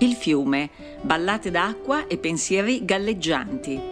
Il fiume, ballate d'acqua e pensieri galleggianti.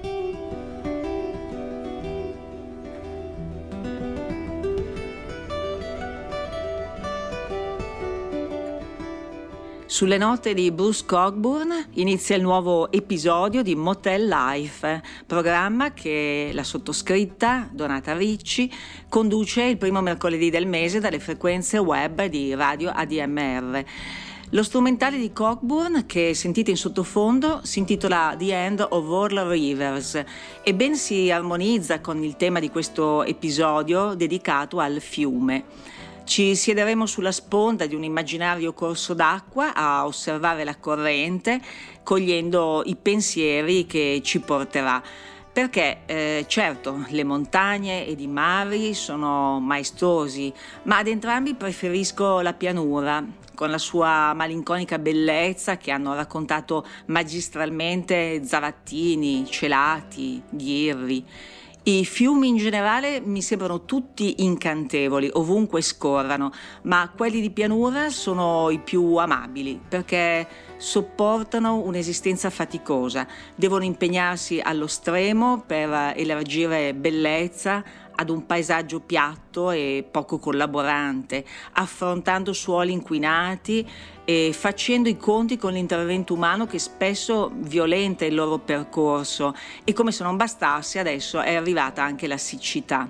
Sulle note di Bruce Cockburn inizia il nuovo episodio di Motel Life, programma che la sottoscritta, Donata Ricci, conduce il primo mercoledì del mese dalle frequenze web di Radio ADMR. Lo strumentale di Cockburn, che sentite in sottofondo, si intitola The End of All Rivers e ben si armonizza con il tema di questo episodio dedicato al fiume. Ci siederemo sulla sponda di un immaginario corso d'acqua a osservare la corrente, cogliendo i pensieri che ci porterà. Perché certo, le montagne ed i mari sono maestosi, ma ad entrambi preferisco la pianura, con la sua malinconica bellezza che hanno raccontato magistralmente Zavattini, Celati, Ghirri. I fiumi in generale mi sembrano tutti incantevoli, ovunque scorrano, ma quelli di pianura sono i più amabili perché sopportano un'esistenza faticosa, devono impegnarsi allo stremo per elargire bellezza ad un paesaggio piatto e poco collaborante, affrontando suoli inquinati e facendo i conti con l'intervento umano che spesso violenta il loro percorso e, come se non bastasse, adesso è arrivata anche la siccità.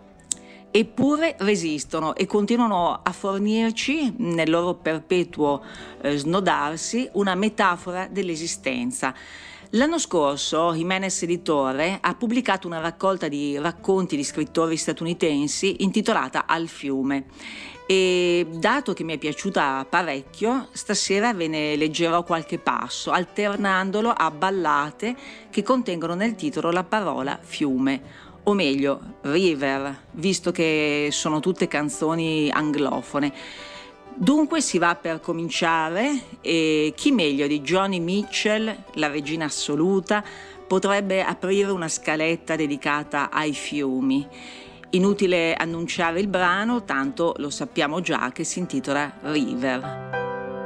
Eppure resistono e continuano a fornirci, nel loro perpetuo snodarsi, una metafora dell'esistenza. L'anno scorso Jimenez Editore ha pubblicato una raccolta di racconti di scrittori statunitensi intitolata Al fiume e, dato che mi è piaciuta parecchio, stasera ve ne leggerò qualche passo, alternandolo a ballate che contengono nel titolo la parola fiume, o meglio river, visto che sono tutte canzoni anglofone. Dunque si va per cominciare e chi meglio di Joni Mitchell, la regina assoluta, potrebbe aprire una scaletta dedicata ai fiumi. Inutile annunciare il brano, tanto lo sappiamo già che si intitola River.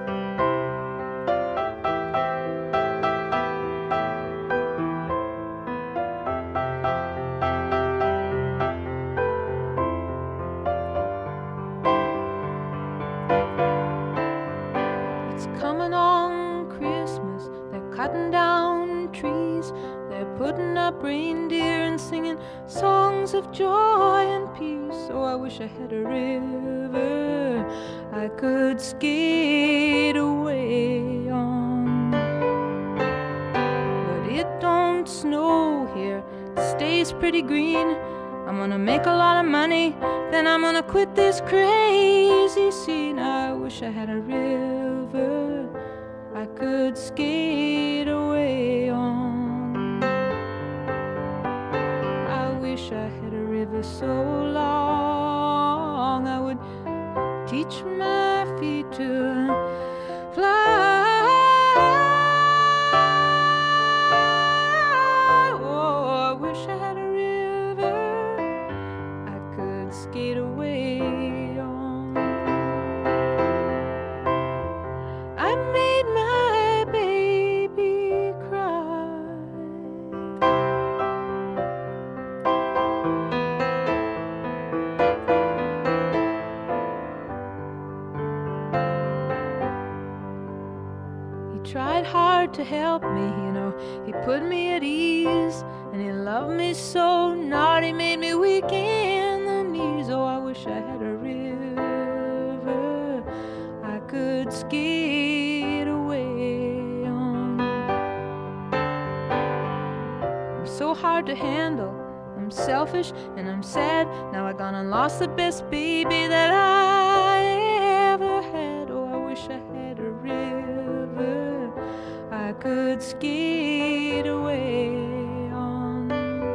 Cutting down trees, they're putting up reindeer and singing songs of joy and peace. Oh, I wish I had a river I could skate away on. But it don't snow here, it stays pretty green. I'm gonna make a lot of money, then I'm gonna quit this crazy scene. I wish I had a river I could skate away on. I wish I had a river so long I would teach my feet to fly. Oh, I wish I had a river I could skate away on. I made my baby cry. He tried hard to help me, you know, he put me at ease, and he loved me so, not he made me weak in the knees. Oh, I wish I had a river I could skate away on. I'm so hard to handle, I'm selfish and I'm sad. Now I gone and lost the best baby that I ever had. Oh, I wish I had a river I could skate away on.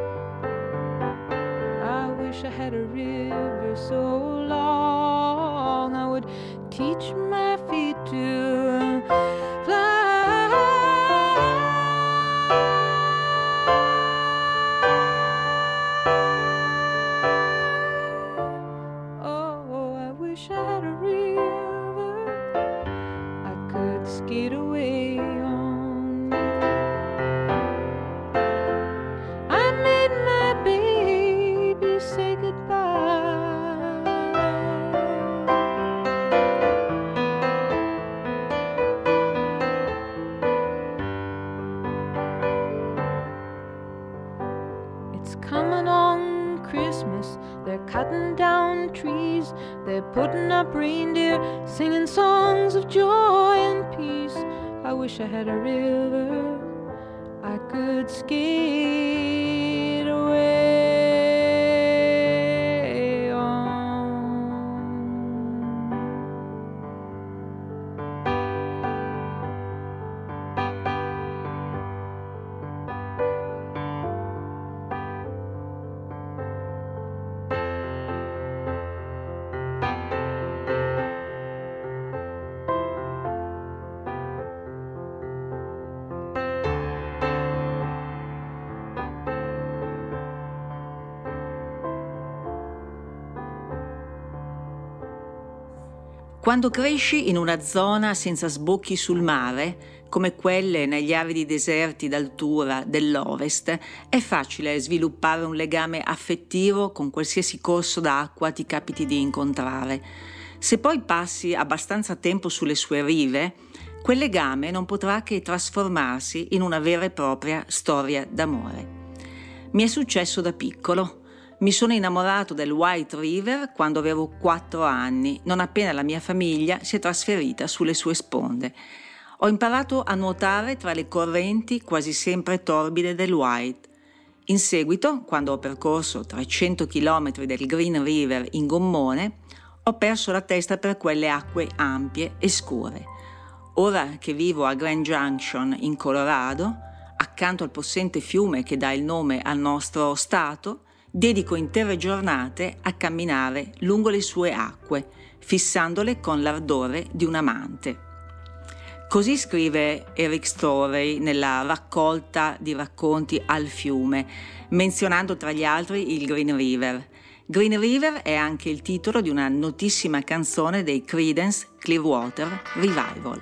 I wish I had a river so long I would teach my feet to fly. Oh, I wish I had a river I could skate away trees. They're putting up reindeer, singing songs of joy and peace. I wish I had a river I could skate away on. Quando cresci in una zona senza sbocchi sul mare, come quelle negli aridi deserti d'altura dell'Ovest, è facile sviluppare un legame affettivo con qualsiasi corso d'acqua ti capiti di incontrare. Se poi passi abbastanza tempo sulle sue rive, quel legame non potrà che trasformarsi in una vera e propria storia d'amore. Mi è successo da piccolo. Mi sono innamorato del White River quando avevo 4 anni, non appena la mia famiglia si è trasferita sulle sue sponde. Ho imparato a nuotare tra le correnti quasi sempre torbide del White. In seguito, quando ho percorso 300 km del Green River in gommone, ho perso la testa per quelle acque ampie e scure. Ora che vivo a Grand Junction in Colorado, accanto al possente fiume che dà il nome al nostro stato, dedico intere giornate a camminare lungo le sue acque, fissandole con l'ardore di un amante. Così scrive Eric Storey nella raccolta di racconti Al fiume, menzionando tra gli altri il Green River. Green River è anche il titolo di una notissima canzone dei Creedence Clearwater Revival.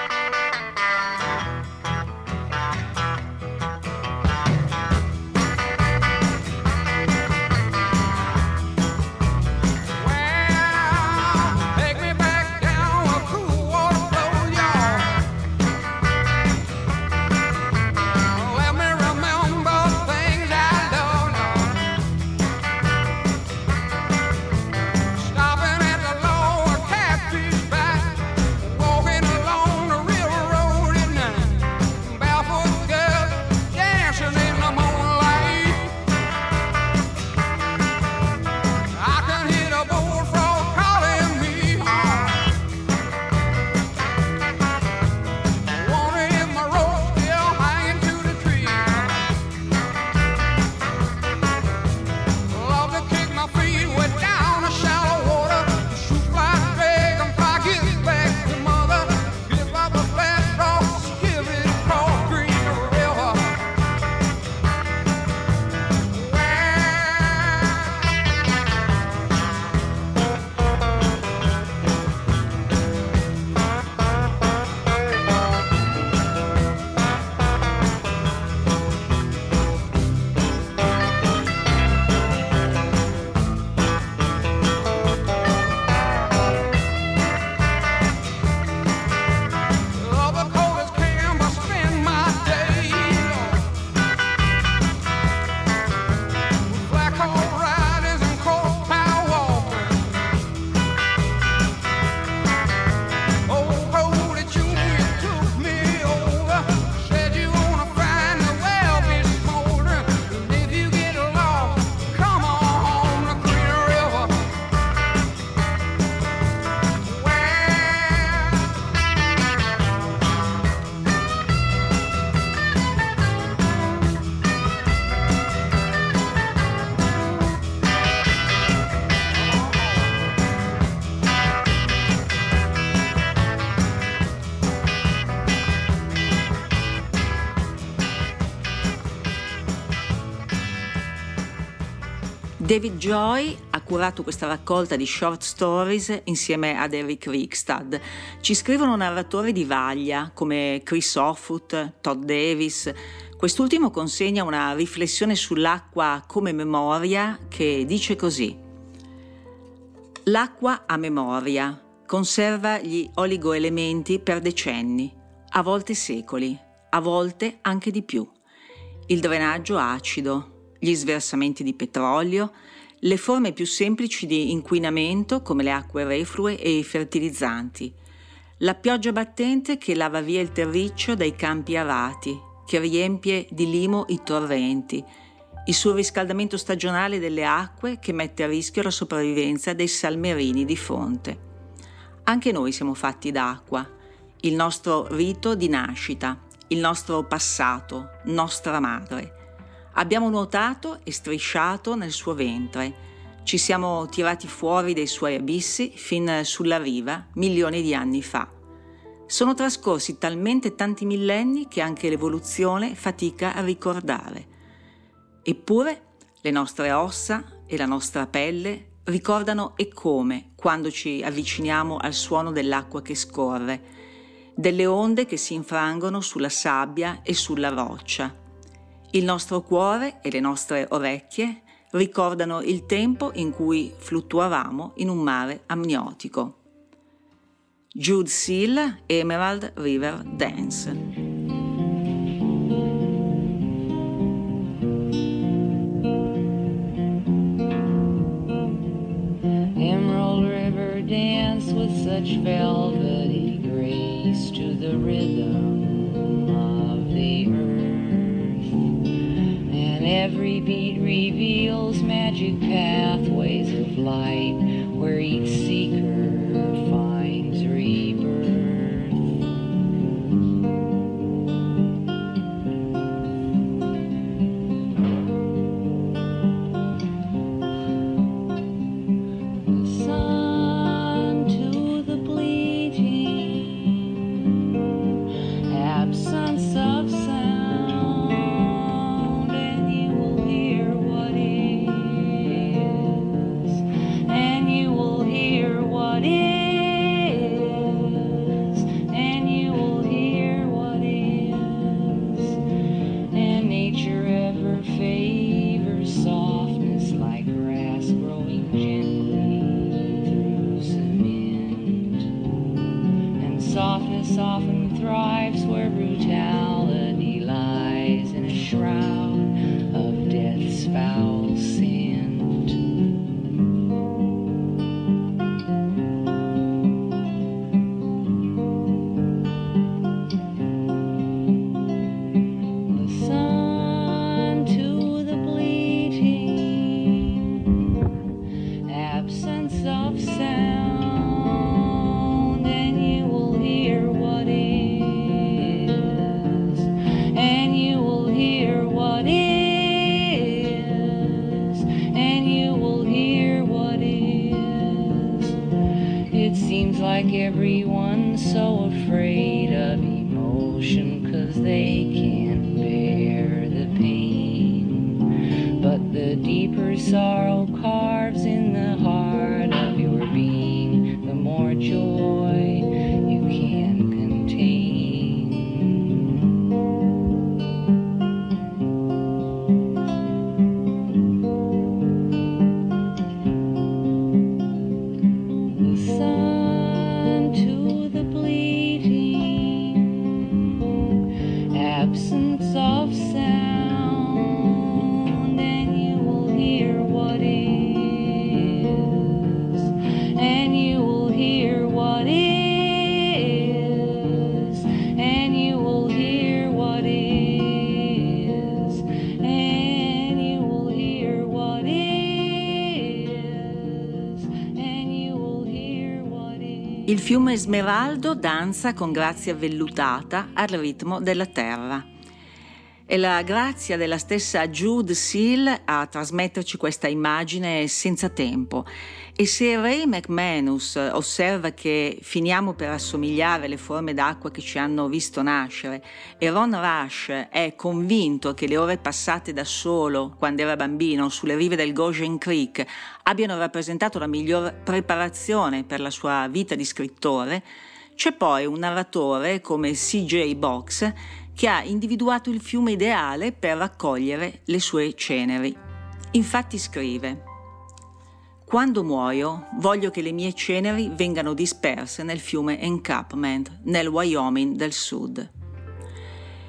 David Joy ha curato questa raccolta di short stories insieme ad Eric Rickstad. Ci scrivono narratori di vaglia come Chris Offutt, Todd Davis. Quest'ultimo consegna una riflessione sull'acqua come memoria che dice così: l'acqua a memoria conserva gli oligoelementi per decenni, a volte secoli, a volte anche di più. Il drenaggio acido, gli sversamenti di petrolio, le forme più semplici di inquinamento come le acque reflue e i fertilizzanti, la pioggia battente che lava via il terriccio dai campi arati, che riempie di limo i torrenti, il surriscaldamento stagionale delle acque che mette a rischio la sopravvivenza dei salmerini di fonte. Anche noi siamo fatti d'acqua, il nostro rito di nascita, il nostro passato, nostra madre. Abbiamo nuotato e strisciato nel suo ventre, ci siamo tirati fuori dai suoi abissi fin sulla riva milioni di anni fa. Sono trascorsi talmente tanti millenni che anche l'evoluzione fatica a ricordare. Eppure le nostre ossa e la nostra pelle ricordano e come quando ci avviciniamo al suono dell'acqua che scorre, delle onde che si infrangono sulla sabbia e sulla roccia. Il nostro cuore e le nostre orecchie ricordano il tempo in cui fluttuavamo in un mare amniotico. Jude Seal, Emerald River Dance. Emerald River dance with such velvety grace to the rhythm of the earth, and every beat reveals magic pathways of light where each seeker finds rebirth. Softness often thrives where brutality lies in a shroud of death's foul scent. Listen to the bleating, absence of sound. Like everyone's so afraid of emotion 'cause they can't bear the pain, but the deeper sorrow carves in the heart of your being, the more joy you can contain. Absence of sound, and you will hear what is, and you will hear what is, and you will hear what is, and you will hear what is, and you will hear what is. Il fiume Smeraldo danza con grazia vellutata al ritmo della terra. È la grazia della stessa Jude Seal a trasmetterci questa immagine senza tempo. E se Ray McManus osserva che finiamo per assomigliare alle forme d'acqua che ci hanno visto nascere, e Ron Rush è convinto che le ore passate da solo quando era bambino sulle rive del Goshen Creek abbiano rappresentato la miglior preparazione per la sua vita di scrittore, c'è poi un narratore come C.J. Box che ha individuato il fiume ideale per raccogliere le sue ceneri. Infatti scrive: «Quando muoio voglio che le mie ceneri vengano disperse nel fiume Encampment, nel Wyoming del Sud».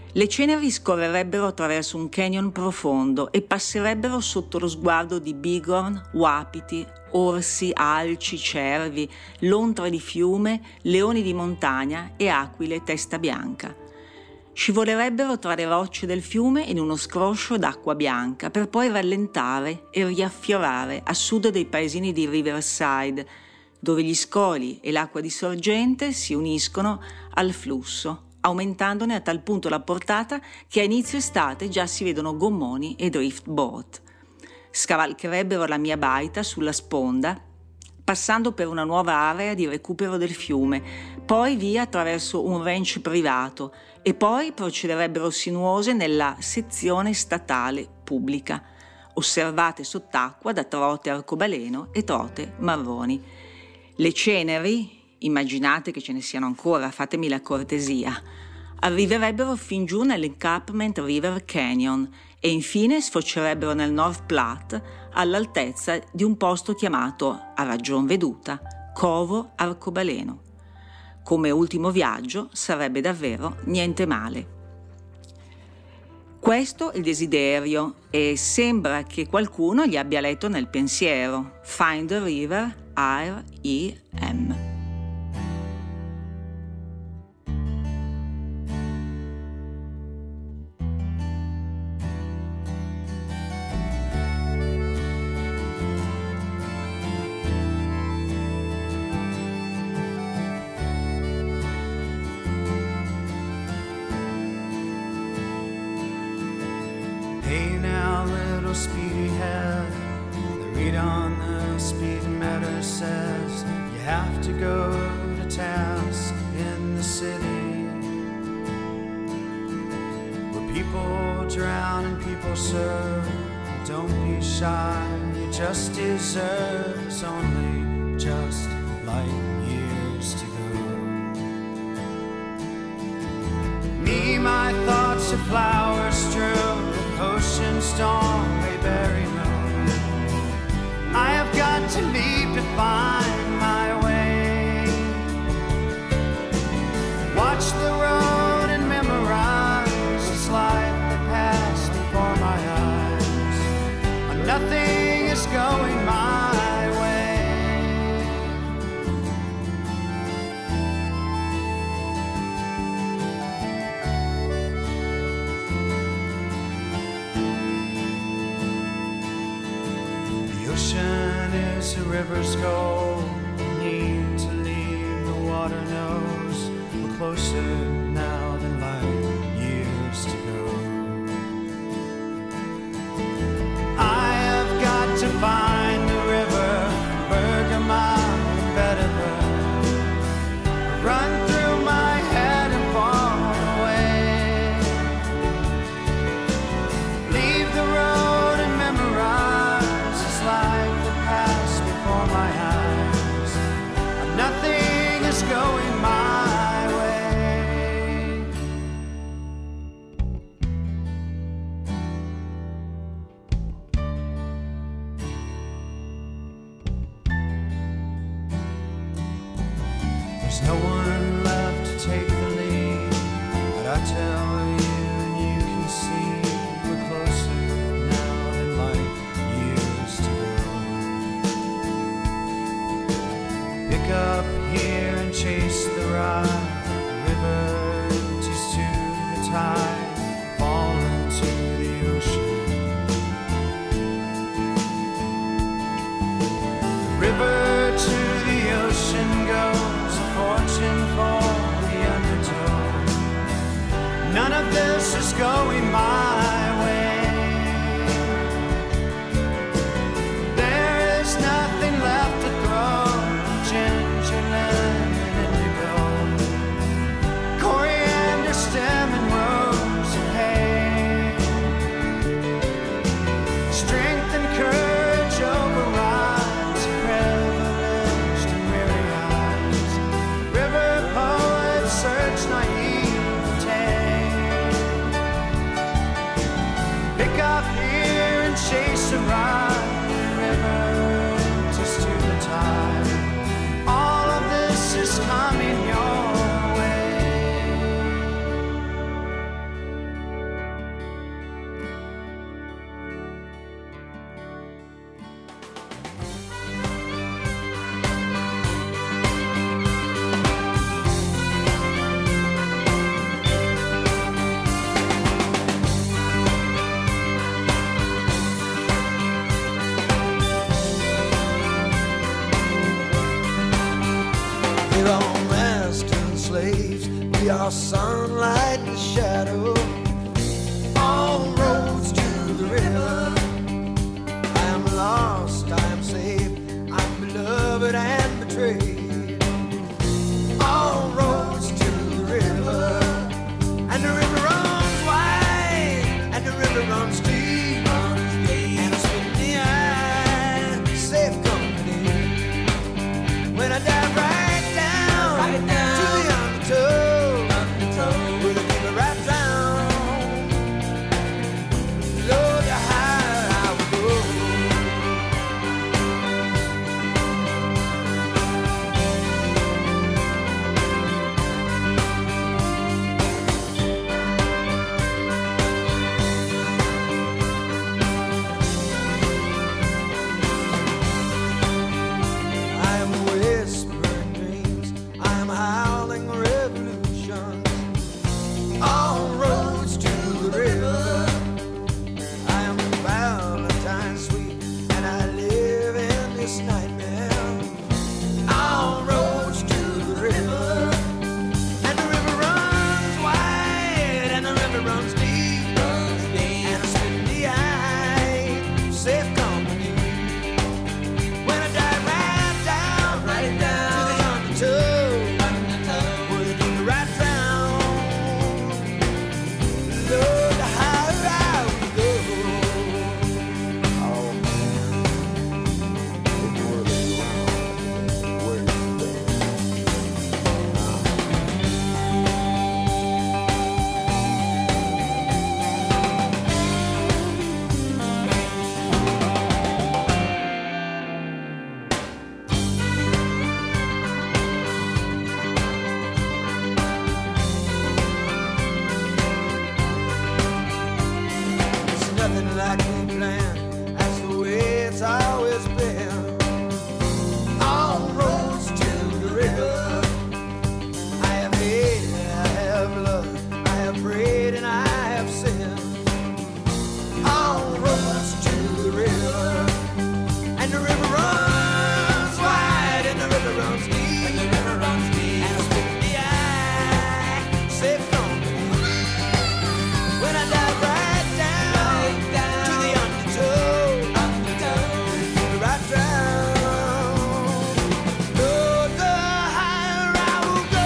Le ceneri scorrerebbero attraverso un canyon profondo e passerebbero sotto lo sguardo di bighorn, wapiti, orsi, alci, cervi, lontre di fiume, leoni di montagna e aquile testa bianca. Scivolerebbero tra le rocce del fiume in uno scroscio d'acqua bianca per poi rallentare e riaffiorare a sud dei paesini di Riverside, dove gli scoli e l'acqua di sorgente si uniscono al flusso, aumentandone a tal punto la portata che a inizio estate già si vedono gommoni e drift boat. Scavalcherebbero la mia baita sulla sponda, passando per una nuova area di recupero del fiume, poi via attraverso un ranch privato e poi procederebbero sinuose nella sezione statale pubblica, osservate sott'acqua da trote arcobaleno e trote marroni. Le ceneri, immaginate che ce ne siano ancora, fatemi la cortesia, arriverebbero fin giù nell'Encampment River Canyon e infine sfocerebbero nel North Platte all'altezza di un posto chiamato, a ragion veduta, Covo Arcobaleno. Come ultimo viaggio sarebbe davvero niente male. Questo è il desiderio e sembra che qualcuno gli abbia letto nel pensiero. Find the river, R-E-M. Hey now, little speedy head, the read on the speedometer says you have to go to task in the city where people drown and people serve. Don't be shy, you just deserve only just light years to go. Me, my thoughts are flowers strewn, ocean storm may bury me. I have got to leave to find my way. Watch the road and memorize this life that passed before my eyes. Nothing is going my way. The ocean is a river's goal. Need to leave, the water knows. We're closer now than light years to go. I have got to find the river, Bergamot and Bedford. Run through my head and fall away. Leave the road and memorize this life that passed before my eyes. Nothing is going my way. There's no one left to take the lead, but I tell you and you can see we're closer now than light years to go. Pick up here and chase the ride. The river empties to the tide, fall into the ocean. The river to the ocean goes, a fortune for the undertow. None of this is going my way. There is nothing left to throw, ginger lemon and We're all master and slaves. We are sunlight and shadow. All roads to the river. I am lost, I am saved. I'm beloved and betrayed. All roads to the river. And the river runs wide, and the river runs deep. And I spit the eye, safe company. When I dive right down to the undertow, where the river right down, Lord, how I will go. I am whispering dreams, I am howling revolutions. All roads to the river. I am Valentine sweet, and I live in this nightmare. All roads to the river. And the river runs wide, and the river runs deep. And I spit in the eye, safe company. When I dive right down to the undertow, where the river right down, Lord, how I will go. Oh man, it whirling around, where you It's nothing like we planned. That's the way it's always been. All roads to the river. I have hated, I have loved, I have prayed, and I have sinned. All roads to the river. And the river runs wide, and the river runs deep. And the river runs deep. And I spit in the eye, safe company. When I dive right down to the undertow, right down, Lord, the higher I will go.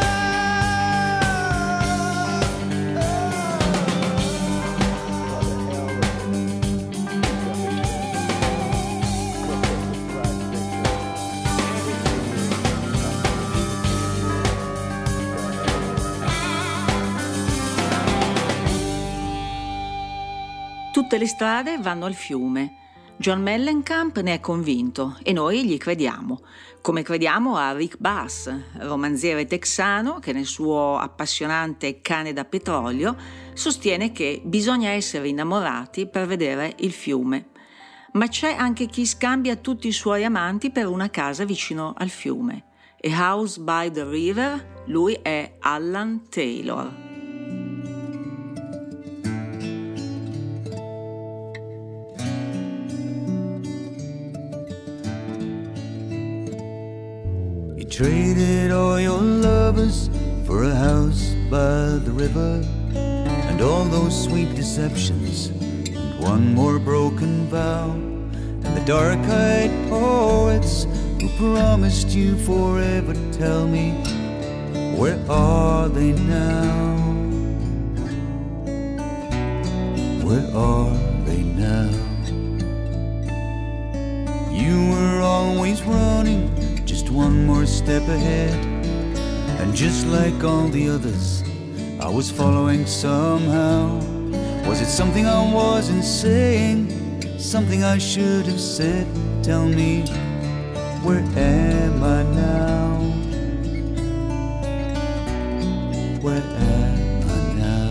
Tutte le strade vanno al fiume. John Mellencamp ne è convinto e noi gli crediamo, come crediamo a Rick Bass, romanziere texano che nel suo appassionante Cane da petrolio sostiene che bisogna essere innamorati per vedere il fiume. Ma c'è anche chi scambia tutti i suoi amanti per una casa vicino al fiume. A House by the River, lui è Alan Taylor. Traded all your lovers for a house by the river, and all those sweet deceptions, and one more broken vow, and the dark-eyed poets who promised you forever. Tell me, where are they now? Where are they now? You were always running, just one more step ahead, and just like all the others, I was following somehow. Was it something I wasn't saying, something I should have said? Tell me, where am I now? Where am I now?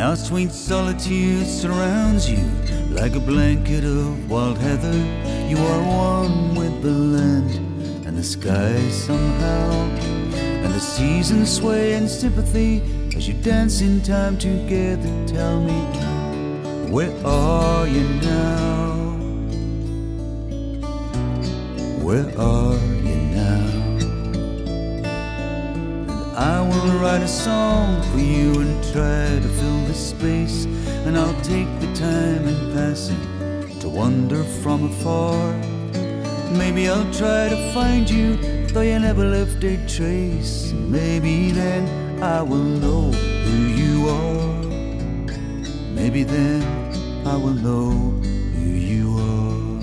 Now sweet solitude surrounds you like a blanket of wild heather. You are one with the land and the sky somehow, and the seasons sway in sympathy as you dance in time together. Tell me, where are you now? Where are you now? And I will write a song for you and try to fill the space, and I'll take the time in passing to wander from afar. Maybe I'll try to find you, though you never left a trace. Maybe then I will know who you are. Maybe then I will know who you are.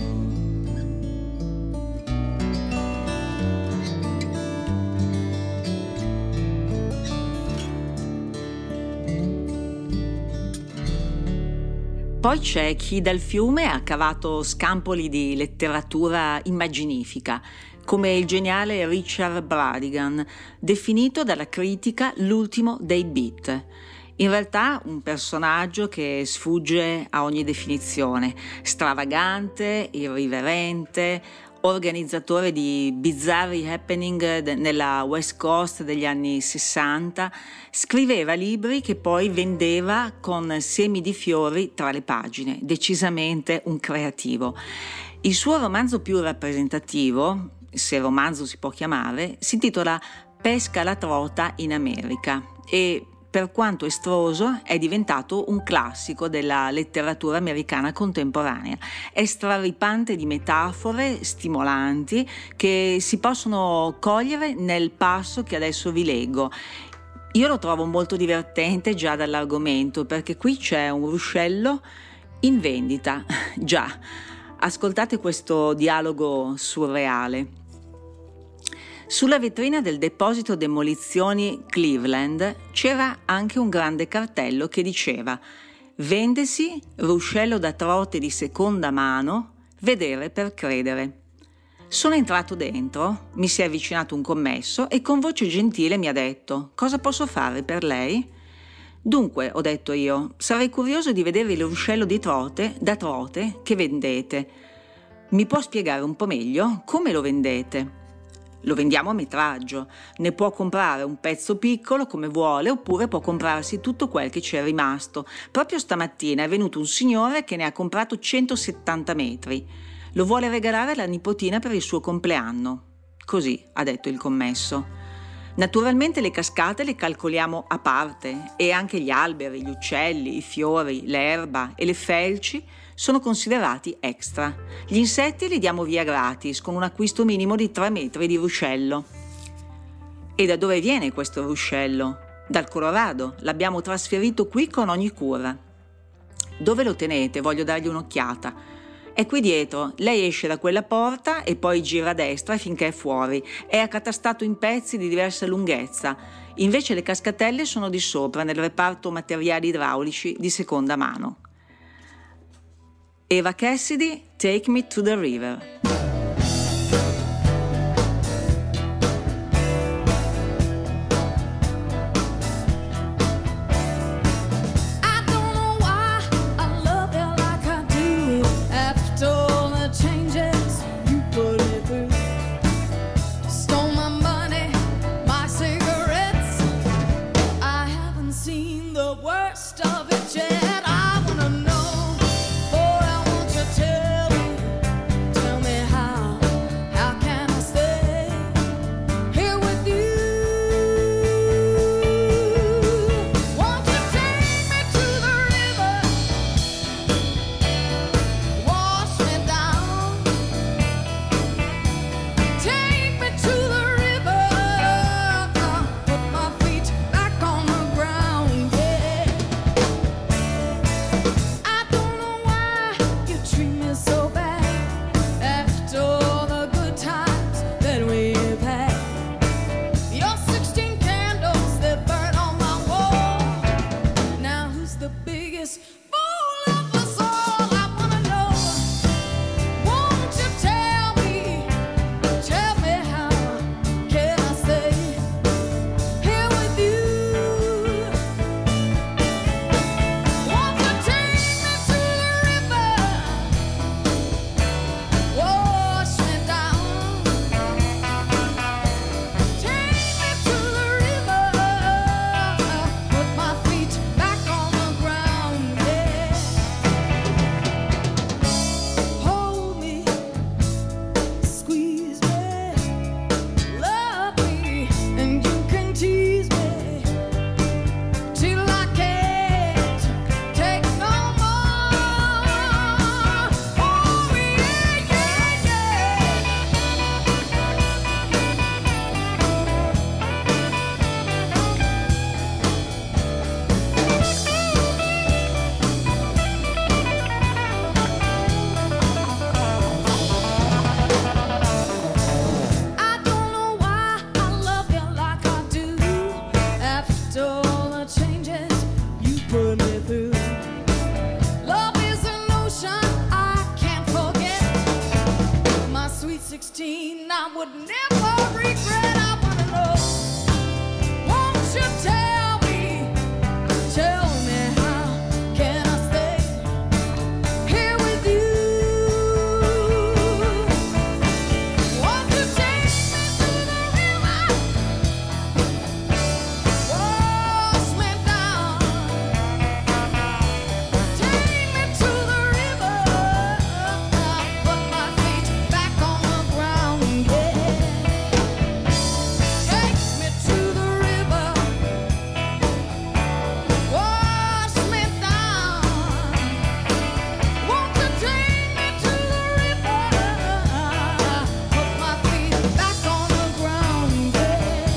Poi c'è chi dal fiume ha cavato scampoli di letteratura immaginifica, come il geniale Richard Bradigan, definito dalla critica l'ultimo dei beat. In realtà un personaggio che sfugge a ogni definizione, stravagante, irriverente, organizzatore di bizzarri happening nella West Coast degli anni 60, scriveva libri che poi vendeva con semi di fiori tra le pagine, decisamente un creativo. Il suo romanzo più rappresentativo, se romanzo si può chiamare, si intitola Pesca alla trota in America e per quanto estroso è diventato un classico della letteratura americana contemporanea. È straripante di metafore stimolanti che si possono cogliere nel passo che adesso vi leggo. Io lo trovo molto divertente già dall'argomento, perché qui c'è un ruscello in vendita. Già, ascoltate questo dialogo surreale. Sulla vetrina del deposito demolizioni Cleveland c'era anche un grande cartello che diceva: vendesi ruscello da trote di seconda mano, vedere per credere. Sono entrato dentro, mi si è avvicinato un commesso e con voce gentile mi ha detto: cosa posso fare per lei? Dunque, ho detto io, sarei curioso di vedere il ruscello di trote da trote che vendete. Mi può spiegare un po' meglio come lo vendete? Lo vendiamo a metraggio, ne può comprare un pezzo piccolo come vuole oppure può comprarsi tutto quel che ci è rimasto. Proprio stamattina è venuto un signore che ne ha comprato 170 metri. Lo vuole regalare alla nipotina per il suo compleanno. Così, ha detto il commesso. Naturalmente le cascate le calcoliamo a parte e anche gli alberi, gli uccelli, i fiori, l'erba e le felci sono considerati extra. Gli insetti li diamo via gratis con un acquisto minimo di 3 metri di ruscello. E da dove viene questo ruscello? Dal Colorado. L'abbiamo trasferito qui con ogni cura. Dove lo tenete? Voglio dargli un'occhiata. È qui dietro. Lei esce da quella porta e poi gira a destra finché è fuori. È accatastato in pezzi di diversa lunghezza. Invece le cascatelle sono di sopra, nel reparto materiali idraulici di seconda mano. Eva Cassidy, Take Me to the River. Tell me 16, I would never regret. I wanna know, won't you tell me how can I stay here with you? Won't you take me to the river, wash me down, take me to the river, put my feet back on the ground, yeah. Take me to the river, wash me down. Won't you take me to the river, put my feet back on the ground, yeah.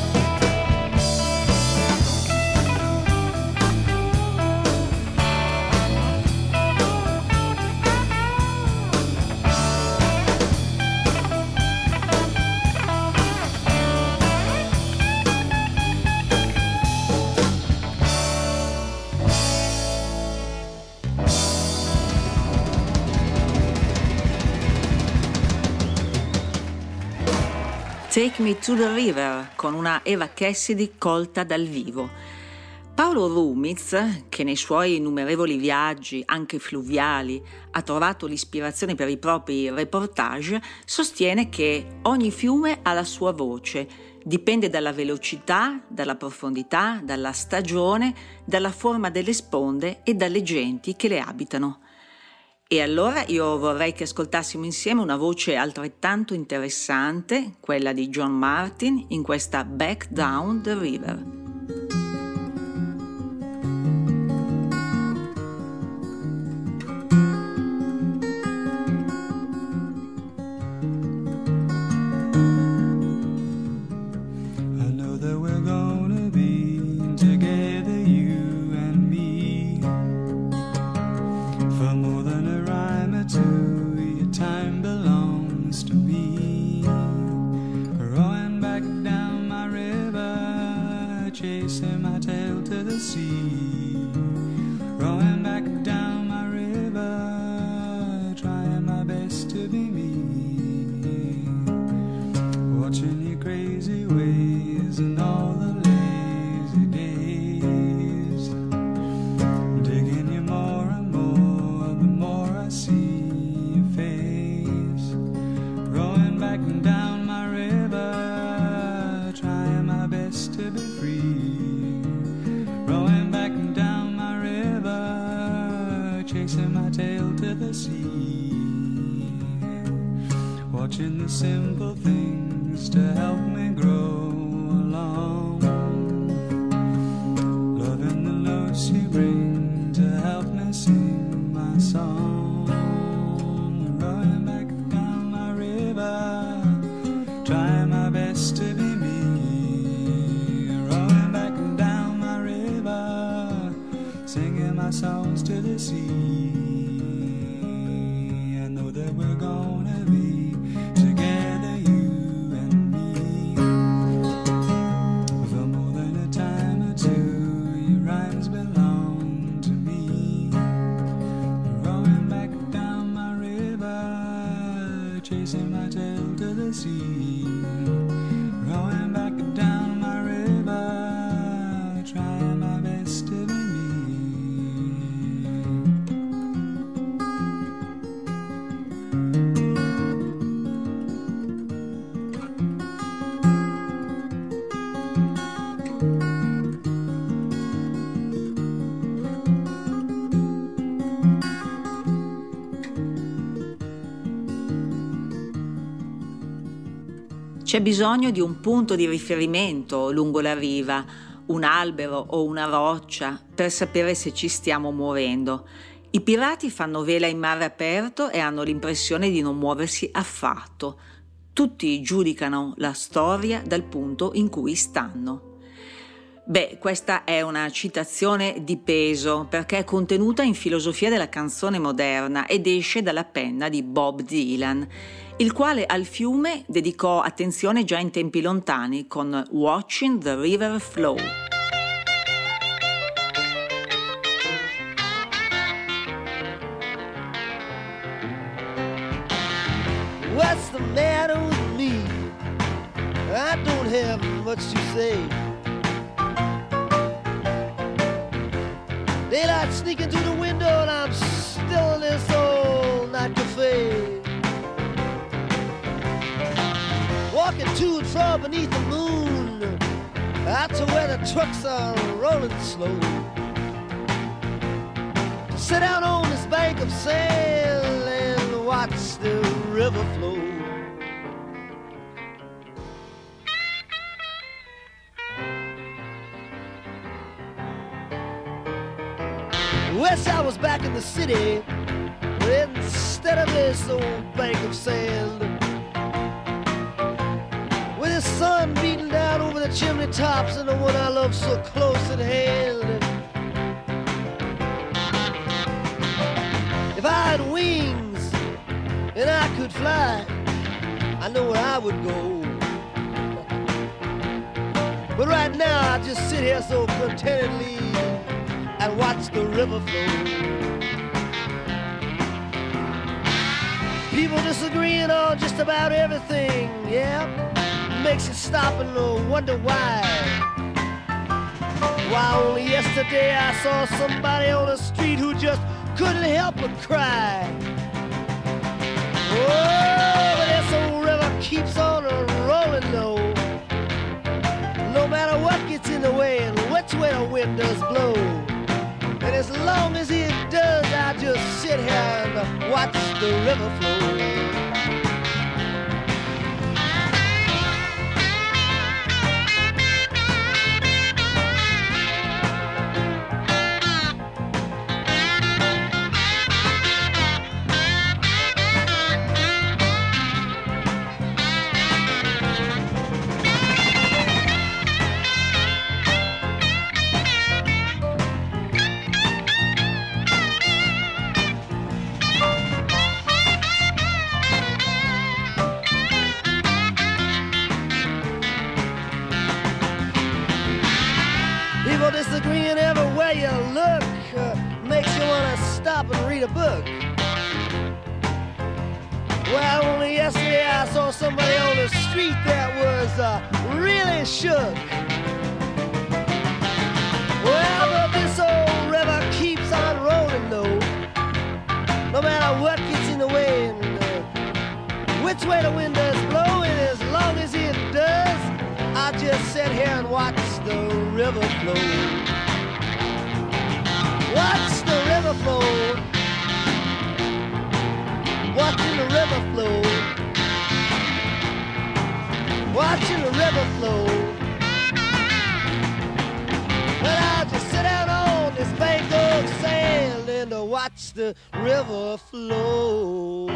Take Me to the River, con una Eva Cassidy colta dal vivo. Paolo Rumiz, che nei suoi innumerevoli viaggi, anche fluviali, ha trovato l'ispirazione per i propri reportage, sostiene che ogni fiume ha la sua voce, dipende dalla velocità, dalla profondità, dalla stagione, dalla forma delle sponde e dalle genti che le abitano. E allora io vorrei che ascoltassimo insieme una voce altrettanto interessante, quella di John Martin, in questa Back Down the River. I know that we're gonna be together, you and me, for more than a rhyme or two. Your time belongs to me. Rowing back down my river, chasing my tail to the sea. Rowing back down my river, trying my best to be me. Watching your crazy ways and all the lazy days, digging you more and more, the more I see your face. Rowing back down my river, trying my best to be free. Rowing back down my river, chasing my tail to the sea. Watching the simple things to help me grow along, loving the notes you bring to help me sing my song. Rowing back down my river, trying my best to be me. Rowing back down my river, singing my songs to the sea. I know that we're gonna be together, you and me, for more than a time or two. Your rhymes belong to me. Rowing back down my river, chasing my tail to the sea. Rowing back down my river, trying my best to be me. C'è bisogno di un punto di riferimento lungo la riva, un albero o una roccia, per sapere se ci stiamo muovendo. I pirati fanno vela in mare aperto e hanno l'impressione di non muoversi affatto. Tutti giudicano la storia dal punto in cui stanno. Beh, questa è una citazione di peso perché è contenuta in Filosofia della canzone moderna ed esce dalla penna di Bob Dylan, il quale al fiume dedicò attenzione già in tempi lontani con Watching the River Flow. What's the matter with much to say. Daylight sneaking through the window and I'm still in this old night cafe. Walking to and fro beneath the moon, out to where the trucks are rolling slow. To sit down on this bank of sand and watch the river flow. Wish I was back in the city instead of this old bank of sand, with the sun beating down over the chimney tops and the one I love so close at hand. If I had wings and I could fly, I know where I would go. But right now I just sit here so contentedly and watch the river flow. People disagreeing on just about everything, yeah, makes you stop and wonder why. Why only yesterday I saw somebody on the street who just couldn't help but cry. Oh, but this old river keeps on rolling though, no matter what gets in the way and which way the wind does blow. And as long as it does, I just sit here and watch the river flow. Disagreeing everywhere you look makes you want to stop and read a book. Well, only yesterday I saw somebody on the street that was really shook. Well, but this old river keeps on rolling though, no matter what gets in the way and which way the wind does blow. And as long as it does, I just sit here and watch the river flow. Watch the river flow. Watching the river flow. Watching the river flow. Well, I'll just sit down on this bank of sand and watch the river flow.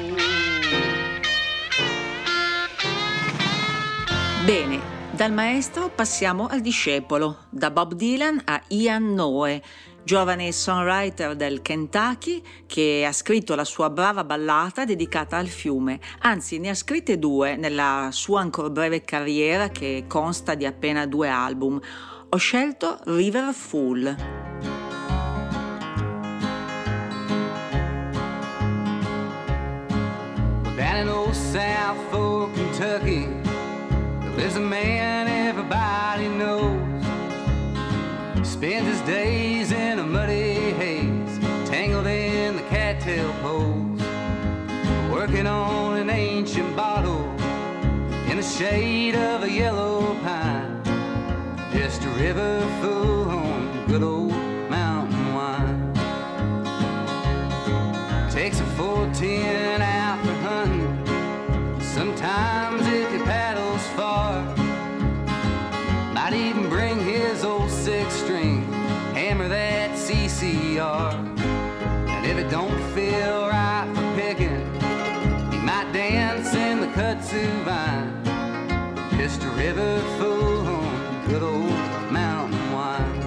Bene, dal maestro passiamo al discepolo, da Bob Dylan a Ian Noe, giovane songwriter del Kentucky che ha scritto la sua brava ballata dedicata al fiume, anzi ne ha scritte due nella sua ancor breve carriera che consta di appena 2 album. Ho scelto River Fool. Down in old South Fork, Kentucky, there's a man everybody knows. He spends his days in a muddy haze, tangled in the cattail poles, working on an ancient bottle in the shade of a yellow pine. Just a river full on good old mountain wine. Takes a 410 out for hunting. Sometimes if he paddles far, might even bring his old 6-string, hammer that CCR. And if it don't feel right for picking, he might dance in the kudzu vine. Just a river full on good old mountain wine.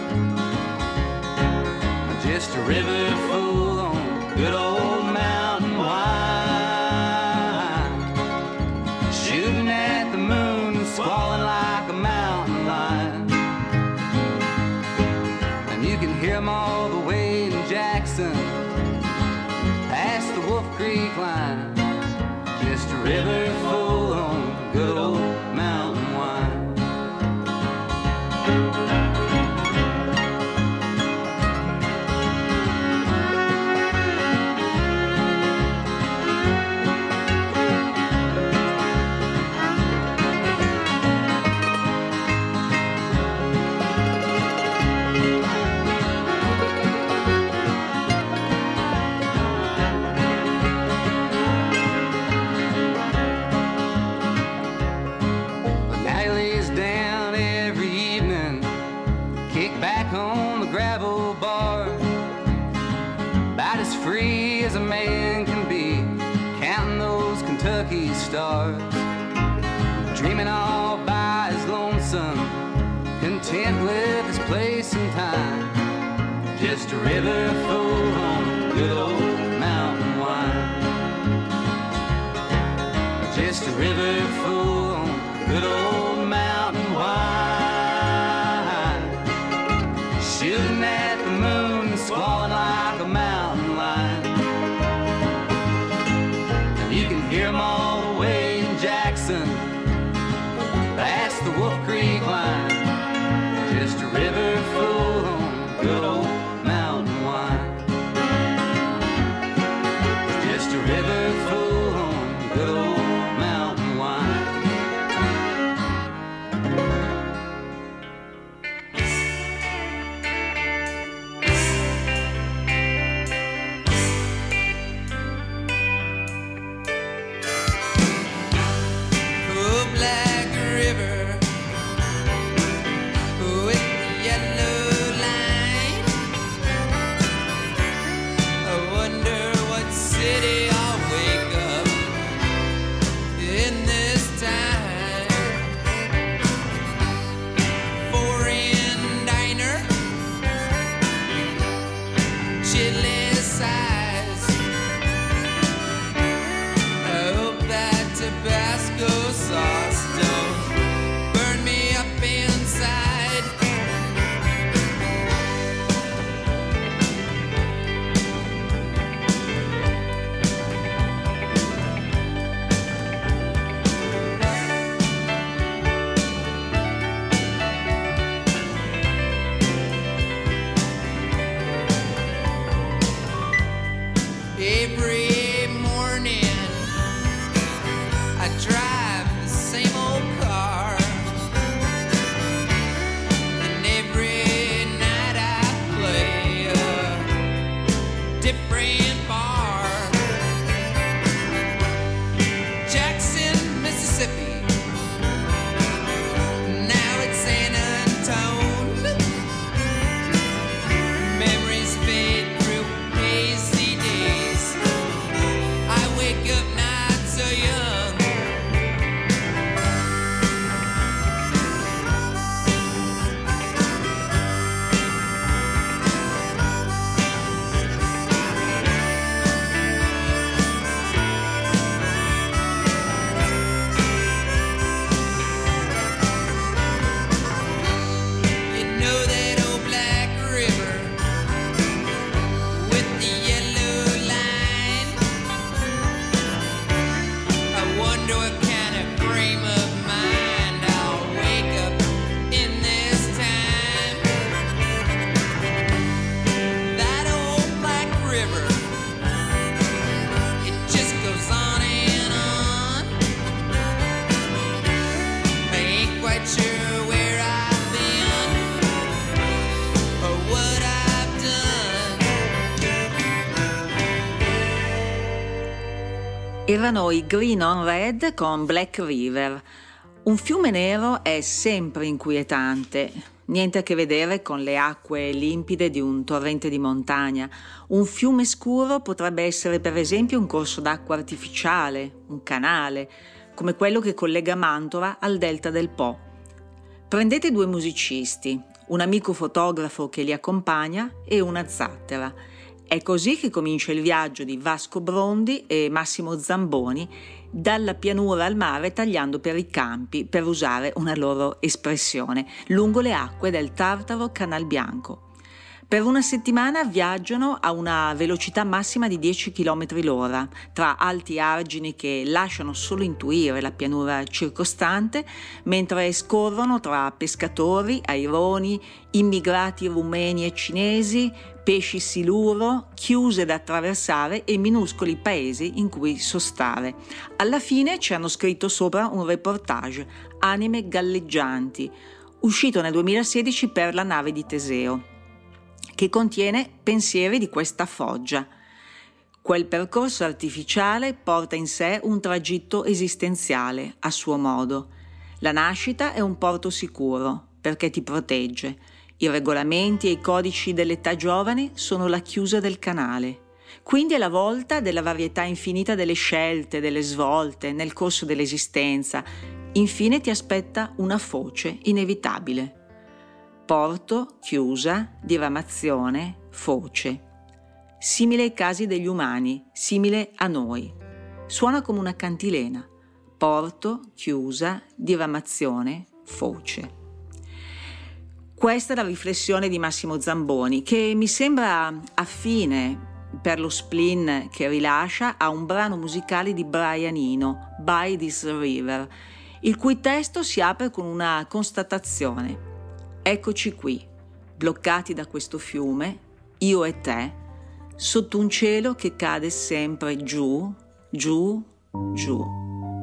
Just a river full on good old mountain wine. Shooting at the moon, squalling like a mountain lion. And you can hear them all the way in Jackson, past the Wolf Creek line. Just a river full on good old mountain wine. kick back on the gravel bar, about as free as a man can be, counting those Kentucky stars, dreaming all by his lonesome, content with his place and time, just a river full on good old mountain wine, just a river full on good old mountain wine, shooting at the moon, squalling like a mountain lion. And you can hear them all the way in Jackson, past the Wolf Creek line, just a river full on good old mountain wine, just a river full on good old mountain wine. Oh, Black River, with the yellow line. I wonder what city I'll wake up in this time. Foreign diner, chili size. I hope that Tabasco sauce don't burn me up inside. Every morning I drive the same old car, and every night I play a different bar. Jackson, Mississippi, now it's San Antone. Memories fade through hazy days. I wake up not so young. You know that old Black River with the yellow line. I wonder what kind of frame of mind I'll wake up in this time. That old Black River, it just goes on and on. I ain't quite sure where I've been or what I've done. Erano i Green on Red con Black River. Un fiume nero è sempre inquietante, niente a che vedere con le acque limpide di un torrente di montagna. Un fiume scuro potrebbe essere per esempio un corso d'acqua artificiale, un canale, come quello che collega Mantova al delta del Po. Prendete due musicisti, un amico fotografo che li accompagna e una zattera. È così che comincia il viaggio di Vasco Brondi e Massimo Zamboni dalla pianura al mare, tagliando per i campi, per usare una loro espressione, lungo le acque del Tartaro Canal Bianco. Per una settimana viaggiano a una velocità massima di 10 km l'ora, tra alti argini che lasciano solo intuire la pianura circostante, mentre scorrono tra pescatori, aironi, immigrati rumeni e cinesi, pesci siluro, chiuse da attraversare e minuscoli paesi in cui sostare. Alla fine ci hanno scritto sopra un reportage, Anime galleggianti, uscito nel 2016 per la nave di Teseo, che contiene pensieri di questa foggia. Quel percorso artificiale porta in sé un tragitto esistenziale, a suo modo. La nascita è un porto sicuro, perché ti protegge. I regolamenti e i codici dell'età giovane sono la chiusa del canale. Quindi è la volta della varietà infinita delle scelte, delle svolte nel corso dell'esistenza. Infine ti aspetta una foce inevitabile. Porto, chiusa, diramazione, foce. Simile ai casi degli umani, simile a noi. Suona come una cantilena. Porto, chiusa, diramazione, foce. Questa è la riflessione di Massimo Zamboni, che mi sembra affine per lo spleen che rilascia a un brano musicale di Brian Eno, By This River, il cui testo si apre con una constatazione. Eccoci qui, bloccati da questo fiume, io e te, sotto un cielo che cade sempre giù, giù, giù.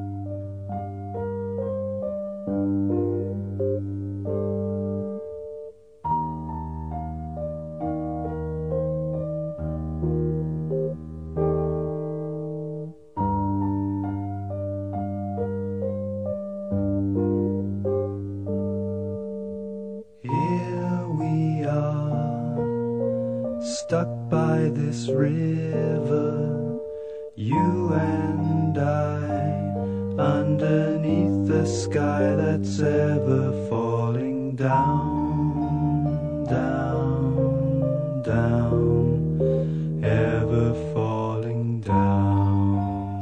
Stuck by this river, you and I, underneath the sky that's ever falling down, down, down, ever falling down.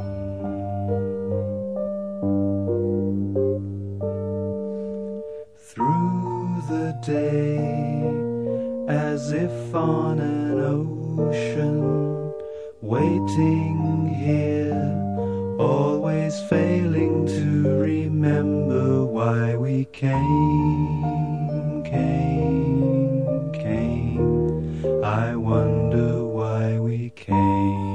Through the day, as if on an ocean, waiting here, always failing to remember why we came, came, came. I wonder why we came.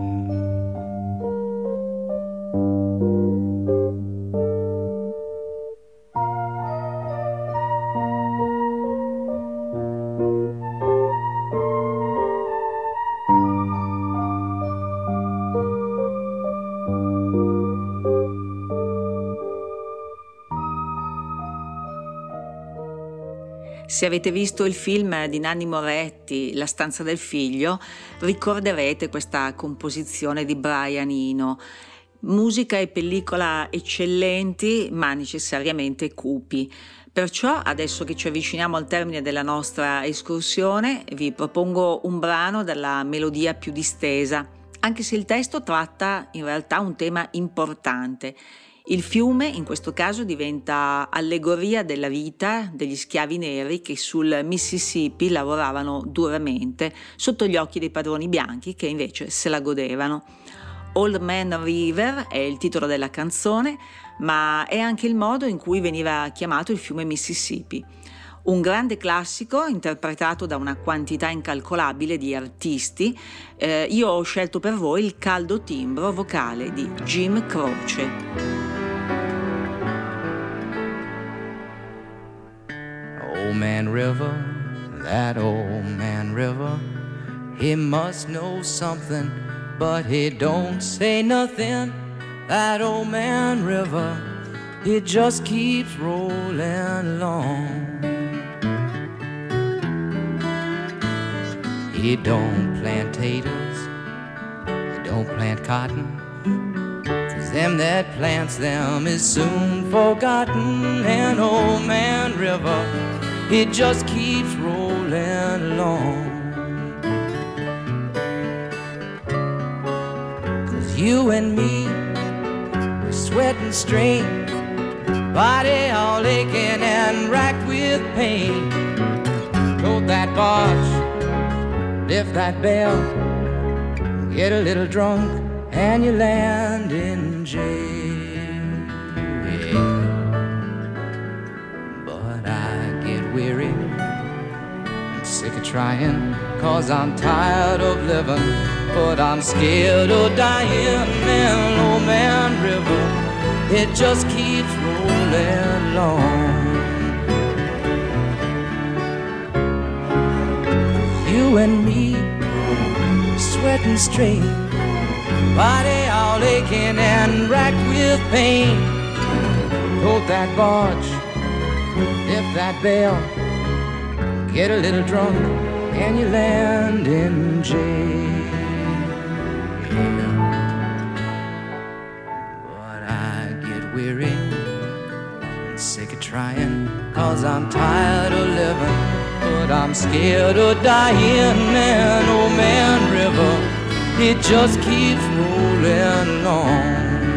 Se avete visto il film di Nanni Moretti, La stanza del figlio, ricorderete questa composizione di Brian Eno. Musica e pellicola eccellenti, ma necessariamente cupi. Perciò, adesso che ci avviciniamo al termine della nostra escursione, vi propongo un brano dalla melodia più distesa, anche se il testo tratta in realtà un tema importante. Il fiume in questo caso diventa allegoria della vita degli schiavi neri che sul Mississippi lavoravano duramente sotto gli occhi dei padroni bianchi che invece se la godevano. Old Man River è il titolo della canzone, ma è anche il modo in cui veniva chiamato il fiume Mississippi. Un grande classico interpretato da una quantità incalcolabile di artisti. Io ho scelto per voi il caldo timbro vocale di Jim Croce. Old Man River, that old man river, he must know something, but he don't say nothing. That old man river, he just keeps rolling along. He don't plant taters, he don't plant cotton, 'cause them that plants them is soon forgotten. And old man river, he just keeps rolling along. 'Cause you and me, we're sweating straight, body all aching and racked with pain. Load that barge, lift that bell, get a little drunk, and you land in jail. Yeah. But I get weary, I'm sick of trying, 'cause I'm tired of living, but I'm scared of dying. And old man river, it just keeps rolling along. You and me, sweating straight, body all aching and racked with pain. Load that barge, lift that bell, get a little drunk, and you land in jail. But I get weary and sick of trying, 'cause I'm tired of living, but I'm scared of dying. Man, oh man, river, it just keeps rolling on.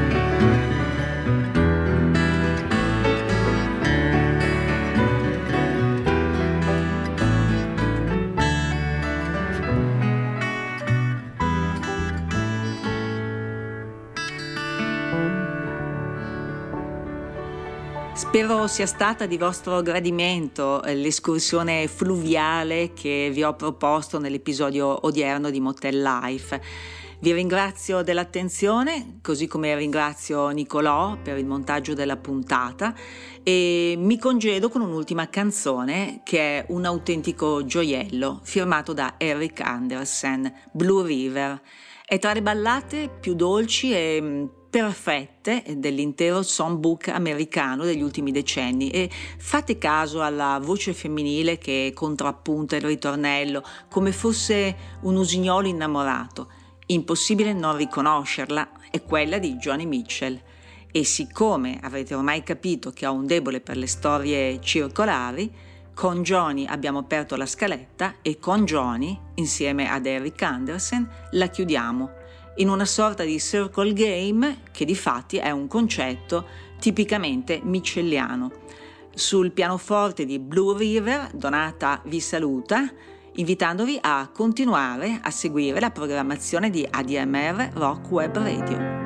Spero sia stata di vostro gradimento l'escursione fluviale che vi ho proposto nell'episodio odierno di Motel Life. Vi ringrazio dell'attenzione, così come ringrazio Nicolò per il montaggio della puntata, e mi congedo con un'ultima canzone che è un autentico gioiello firmato da Eric Andersen, Blue River. È tra le ballate più dolci e perfette dell'intero songbook americano degli ultimi decenni, e fate caso alla voce femminile che contrappunta il ritornello come fosse un usignolo innamorato. Impossibile non riconoscerla, è quella di Joni Mitchell. E siccome avrete ormai capito che ho un debole per le storie circolari, con Joni abbiamo aperto la scaletta e con Joni, insieme ad Eric Andersen, la chiudiamo in una sorta di circle game che di fatti è un concetto tipicamente mitchelliano. Sul pianoforte di Blue River, Donata vi saluta, invitandovi a continuare a seguire la programmazione di ADMR Rock Web Radio.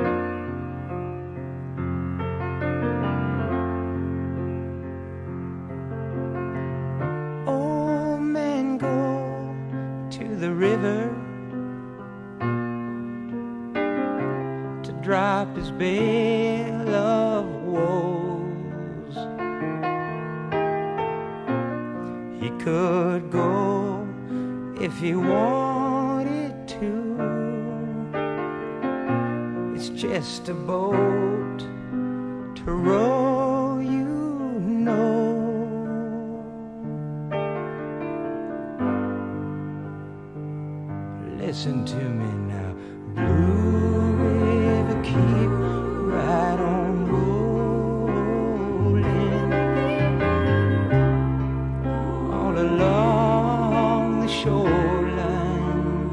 Old men go to the river to drop his bale of woes. He could go if he wanted to. It's just a boat to row, you know. Listen to me now, Blue River, keep right on rolling all along the shoreline.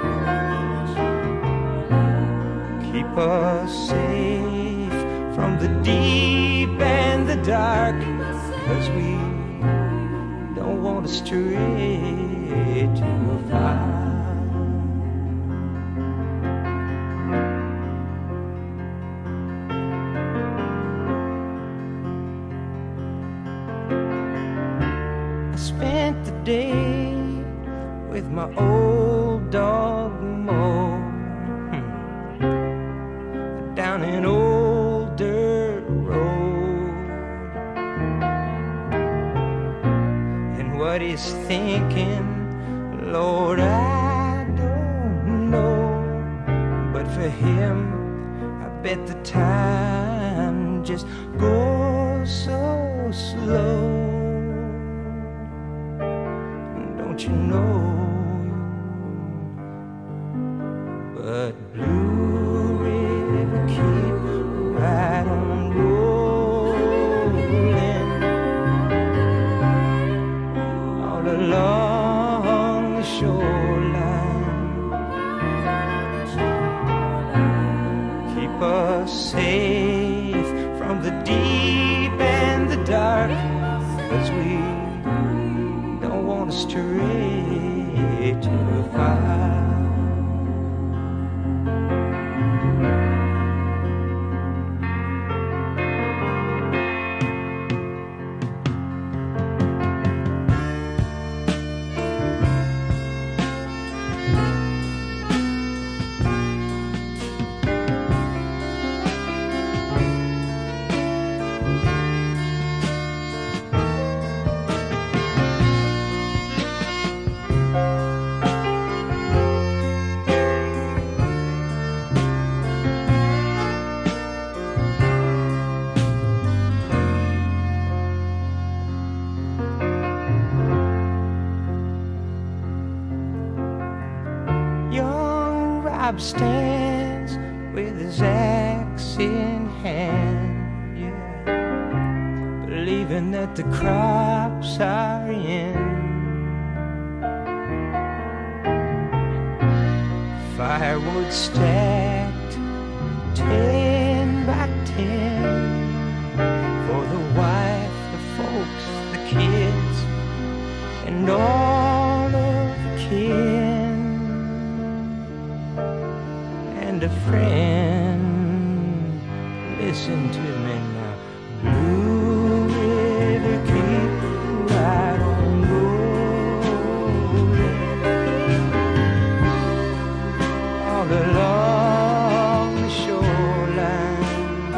Keep us safe from the deep and the dark, 'cause we don't want to stray too far. Spent the day with my old dog Mo down an old dirt road, and what he's thinking, Lord, I don't know, but for him I bet the time just goes so slow. Don't you know? But Blue River, keep right on rolling all along the shoreline. Keep us safe from the deep and the dark, 'cause we don't want to stray too far. tribe stands with his axe in hand, yeah, believing that the crops are in. Firewood stacked 10 by 10 for the wife, the folks, the kids, and all of the kin, and a friend. Listen to me now. Blue River, keep right on rolling all along the shoreline.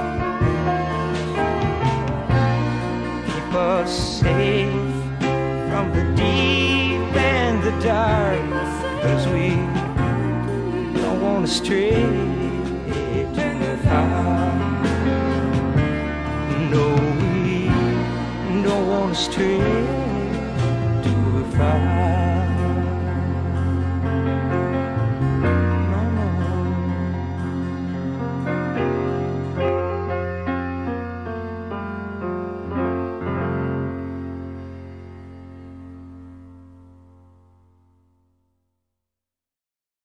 Keep us safe from the deep and the dark, 'cause we don't want to stray too far. No, we don't want to stray